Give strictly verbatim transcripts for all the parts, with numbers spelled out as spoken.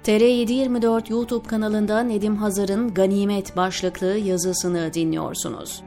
T R yedi yirmi dört YouTube kanalında Nedim Hazar'ın Ganimet başlıklı yazısını dinliyorsunuz.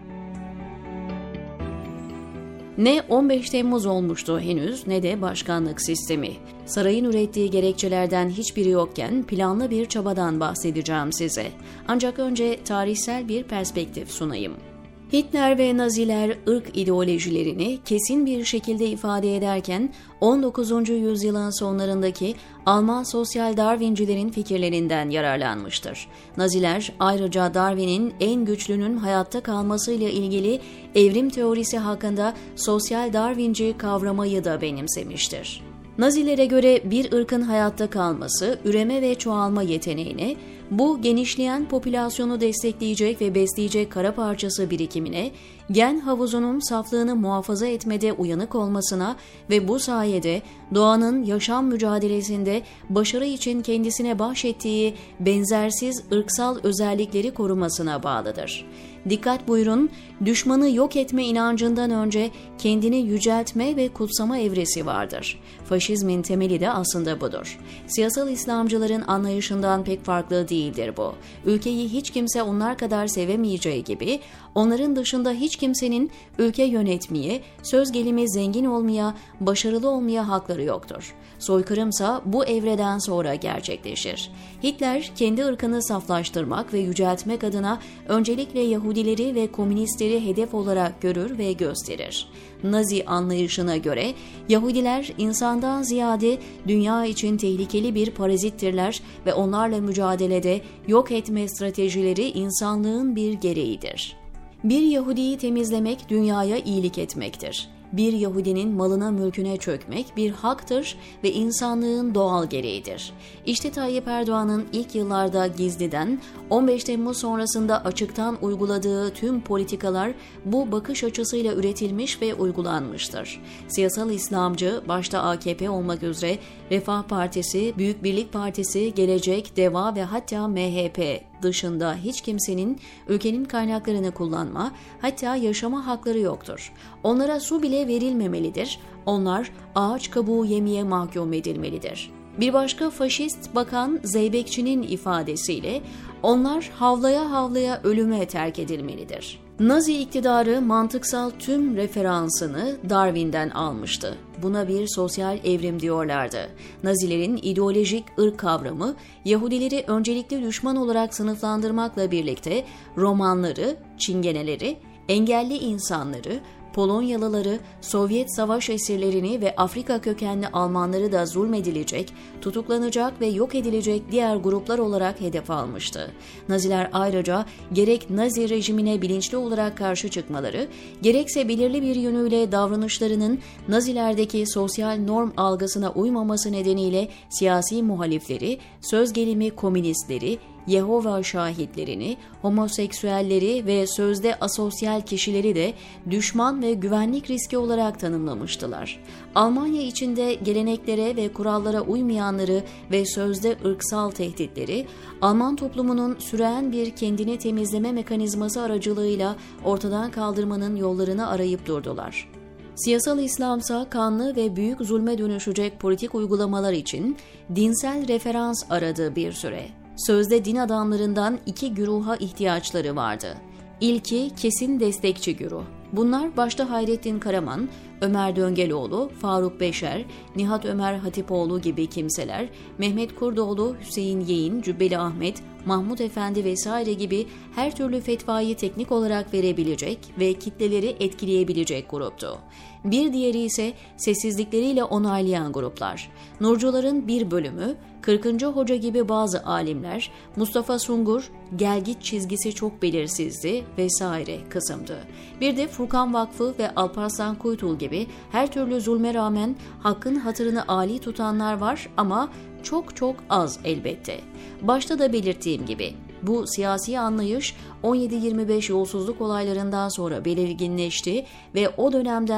Ne on beş Temmuz olmuştu henüz ne de başkanlık sistemi. Sarayın ürettiği gerekçelerden hiçbiri yokken planlı bir çabadan bahsedeceğim size. Ancak önce tarihsel bir perspektif sunayım. Hitler ve Naziler ırk ideolojilerini kesin bir şekilde ifade ederken on dokuzuncu yüzyılın sonlarındaki Alman sosyal Darwincilerin fikirlerinden yararlanmıştır. Naziler ayrıca Darwin'in en güçlünün hayatta kalmasıyla ilgili evrim teorisi hakkında sosyal Darwinci kavramayı da benimsemiştir. Nazilere göre bir ırkın hayatta kalması, üreme ve çoğalma yeteneğine, bu genişleyen popülasyonu destekleyecek ve besleyecek kara parçası birikimine, gen havuzunun saflığını muhafaza etmede uyanık olmasına ve bu sayede doğanın yaşam mücadelesinde başarı için kendisine bahşettiği benzersiz ırksal özellikleri korumasına bağlıdır. Dikkat buyurun, düşmanı yok etme inancından önce kendini yüceltme ve kutsama evresi vardır. Faşizmin temeli de aslında budur. Siyasal İslamcıların anlayışından pek farklı değildir bu. Ülkeyi hiç kimse onlar kadar sevemeyeceği gibi, onların dışında hiç kimsenin ülke yönetmeye, söz gelimi zengin olmaya, başarılı olmaya hakları yoktur. Soykırımsa bu evreden sonra gerçekleşir. Hitler kendi ırkını saflaştırmak ve yüceltmek adına öncelikle Yahudileri ve komünistleri hedef olarak görür ve gösterir. Nazi anlayışına göre Yahudiler insandan ziyade dünya için tehlikeli bir parazittirler ve onlarla mücadelede yok etme stratejileri insanlığın bir gereğidir. Bir Yahudiyi temizlemek dünyaya iyilik etmektir. Bir Yahudinin malına mülküne çökmek bir haktır ve insanlığın doğal gereğidir. İşte Tayyip Erdoğan'ın ilk yıllarda gizliden, on beş Temmuz sonrasında açıktan uyguladığı tüm politikalar bu bakış açısıyla üretilmiş ve uygulanmıştır. Siyasal İslamcı, başta A K P olmak üzere Refah Partisi, Büyük Birlik Partisi, Gelecek, Deva ve hatta M H P dışında hiç kimsenin ülkenin kaynaklarını kullanma, hatta yaşama hakları yoktur. Onlara su bile verilmemelidir. Onlar ağaç kabuğu yemeye mahkum edilmelidir. Bir başka faşist bakan Zeybekçi'nin ifadesiyle onlar havlaya havlaya ölüme terk edilmelidir. Nazi iktidarı mantıksal tüm referansını Darwin'den almıştı. Buna bir sosyal evrim diyorlardı. Nazilerin ideolojik ırk kavramı, Yahudileri öncelikli düşman olarak sınıflandırmakla birlikte romanları, çingeneleri, engelli insanları, Polonyalıları, Sovyet savaş esirlerini ve Afrika kökenli Almanları da zulmedilecek, tutuklanacak ve yok edilecek diğer gruplar olarak hedef almıştı. Naziler ayrıca gerek Nazi rejimine bilinçli olarak karşı çıkmaları, gerekse belirli bir yönüyle davranışlarının Nazilerdeki sosyal norm algısına uymaması nedeniyle siyasi muhalifleri, söz gelimi komünistleri, Yehova şahitlerini, homoseksüelleri ve sözde asosyal kişileri de düşman ve güvenlik riski olarak tanımlamıştılar. Almanya içinde geleneklere ve kurallara uymayanları ve sözde ırksal tehditleri, Alman toplumunun süren bir kendini temizleme mekanizması aracılığıyla ortadan kaldırmanın yollarını arayıp durdular. Siyasal İslamsa kanlı ve büyük zulme dönüşecek politik uygulamalar için dinsel referans aradı bir süre. Sözde din adamlarından iki güruha ihtiyaçları vardı. İlki kesin destekçi güruh. Bunlar başta Hayrettin Karaman, Ömer Döngeloğlu, Faruk Beşer, Nihat Ömer Hatipoğlu gibi kimseler, Mehmet Kurdoğlu, Hüseyin Yeğin, Cübbeli Ahmet, Mahmud Efendi vesaire gibi her türlü fetvayı teknik olarak verebilecek ve kitleleri etkileyebilecek gruptu. Bir diğeri ise sessizlikleriyle onaylayan gruplar. Nurcuların bir bölümü, kırkıncı Hoca gibi bazı alimler, Mustafa Sungur, gelgit çizgisi çok belirsizdi vesaire kısımdı. Bir de Furkan Vakfı ve Alparslan Kuytul gibi her türlü zulme rağmen hakkın hatırını âli tutanlar var ama çok çok az elbette. Başta da belirttiğim gibi bu siyasi anlayış on yedi yirmi beş yolsuzluk olaylarından sonra belirginleşti ve o dönemden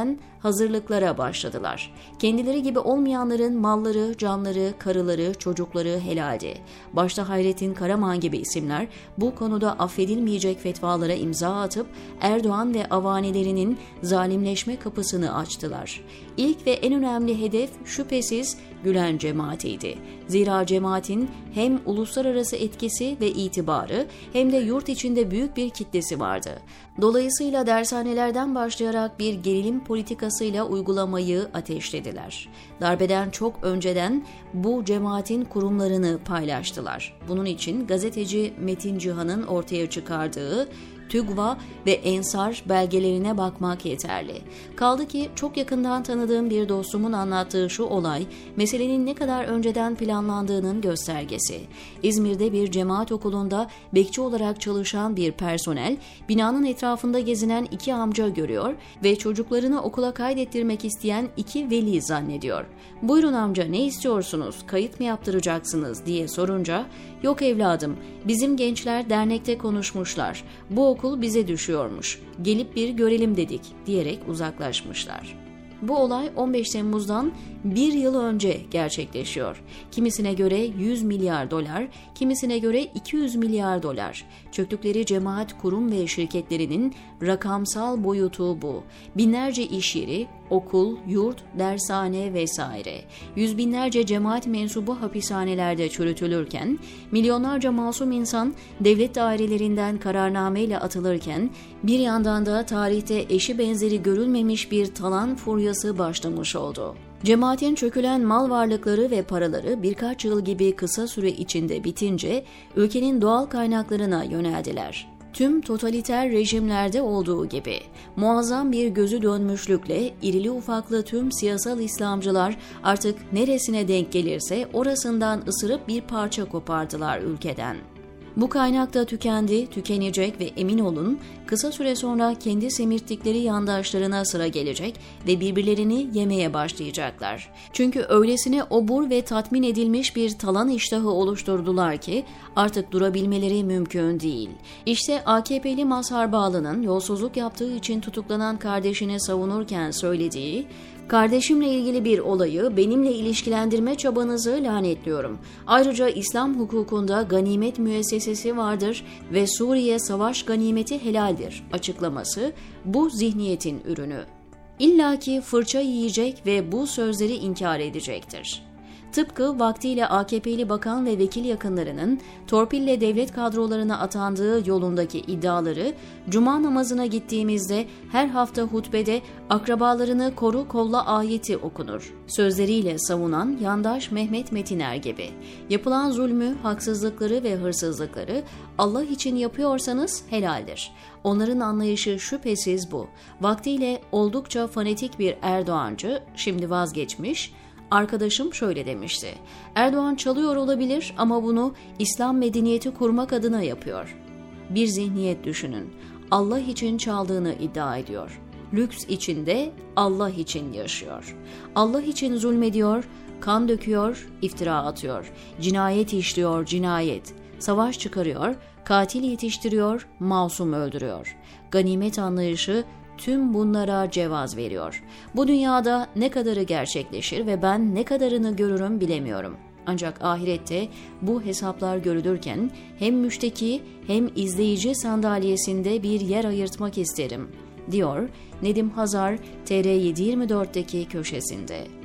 hazırlıklara başladılar. Kendileri gibi olmayanların malları, canları, karıları, çocukları helaldi. Başta Hayrettin Karaman gibi isimler bu konuda affedilmeyecek fetvalara imza atıp Erdoğan ve avanilerinin zalimleşme kapısını açtılar. İlk ve en önemli hedef şüphesiz Gülen cemaatiydi. Zira cemaatin hem uluslararası etkisi ve itibarı hem de yurt içinde büyük bir kitlesi vardı. Dolayısıyla dershanelerden başlayarak bir gerilim politikasıyla uygulamayı ateşlediler. Darbeden çok önceden bu cemaatin kurumlarını paylaştılar. Bunun için gazeteci Metin Cihan'ın ortaya çıkardığı TÜGVA ve Ensar belgelerine bakmak yeterli. Kaldı ki çok yakından tanıdığım bir dostumun anlattığı şu olay, meselenin ne kadar önceden planlandığının göstergesi. İzmir'de bir cemaat okulunda bekçi olarak çalışan bir personel, binanın etrafında gezinen iki amca görüyor ve çocuklarını okula kaydettirmek isteyen iki veli zannediyor. "Buyurun amca, ne istiyorsunuz, kayıt mı yaptıracaksınız?" diye sorunca, "Yok evladım, bizim gençler dernekte konuşmuşlar. Bu okul bize düşüyormuş. Gelip bir görelim dedik," diyerek uzaklaşmışlar. Bu olay on beş Temmuz'dan bir yıl önce gerçekleşiyor. Kimisine göre yüz milyar dolar, kimisine göre iki yüz milyar dolar. Çöktükleri cemaat kurum ve şirketlerinin rakamsal boyutu bu. Binlerce iş yeri, okul, yurt, dershane vesaire. Yüz binlerce cemaat mensubu hapishanelerde çürütülürken, milyonlarca masum insan devlet dairelerinden kararnameyle atılırken, bir yandan da tarihte eşi benzeri görülmemiş bir talan furyası başlamış oldu. Cemaatin çökülen mal varlıkları ve paraları birkaç yıl gibi kısa süre içinde bitince ülkenin doğal kaynaklarına yöneldiler. Tüm totaliter rejimlerde olduğu gibi muazzam bir gözü dönmüşlükle irili ufaklı tüm siyasal İslamcılar artık neresine denk gelirse orasından ısırıp bir parça kopardılar ülkeden. Bu kaynak da tükendi, tükenecek ve emin olun kısa süre sonra kendi semirttikleri yandaşlarına sıra gelecek ve birbirlerini yemeye başlayacaklar. Çünkü öylesine obur ve tatmin edilmiş bir talan iştahı oluşturdular ki artık durabilmeleri mümkün değil. İşte A K P'li Mazhar Bağlı'nın yolsuzluk yaptığı için tutuklanan kardeşini savunurken söylediği, "Kardeşimle ilgili bir olayı benimle ilişkilendirme çabanızı lanetliyorum. Ayrıca İslam hukukunda ganimet müessesesi vardır ve Suriye savaş ganimeti helaldir" açıklaması bu zihniyetin ürünü. İlla ki fırça yiyecek ve bu sözleri inkar edecektir. Tıpkı vaktiyle A K P'li bakan ve vekil yakınlarının torpille devlet kadrolarına atandığı yolundaki iddiaları, cuma namazına gittiğimizde her hafta hutbede akrabalarını koru kolla ayeti okunur sözleriyle savunan yandaş Mehmet Metiner gibi. Yapılan zulmü, haksızlıkları ve hırsızlıkları Allah için yapıyorsanız helaldir. Onların anlayışı şüphesiz bu. Vaktiyle oldukça fanatik bir Erdoğancı, şimdi vazgeçmiş, arkadaşım şöyle demişti: "Erdoğan çalıyor olabilir ama bunu İslam medeniyeti kurmak adına yapıyor." Bir zihniyet düşünün. Allah için çaldığını iddia ediyor. Lüks içinde Allah için yaşıyor. Allah için zulmediyor, kan döküyor, iftira atıyor. Cinayet işliyor, cinayet. Savaş çıkarıyor, katil yetiştiriyor, masum öldürüyor. Ganimet anlayışı tüm bunlara cevaz veriyor. Bu dünyada ne kadarı gerçekleşir ve ben ne kadarını görürüm bilemiyorum. Ancak ahirette bu hesaplar görülürken hem müşteki hem izleyici sandalyesinde bir yer ayırtmak isterim, diyor Nedim Hazar T R yedi yirmi dört'teki köşesinde.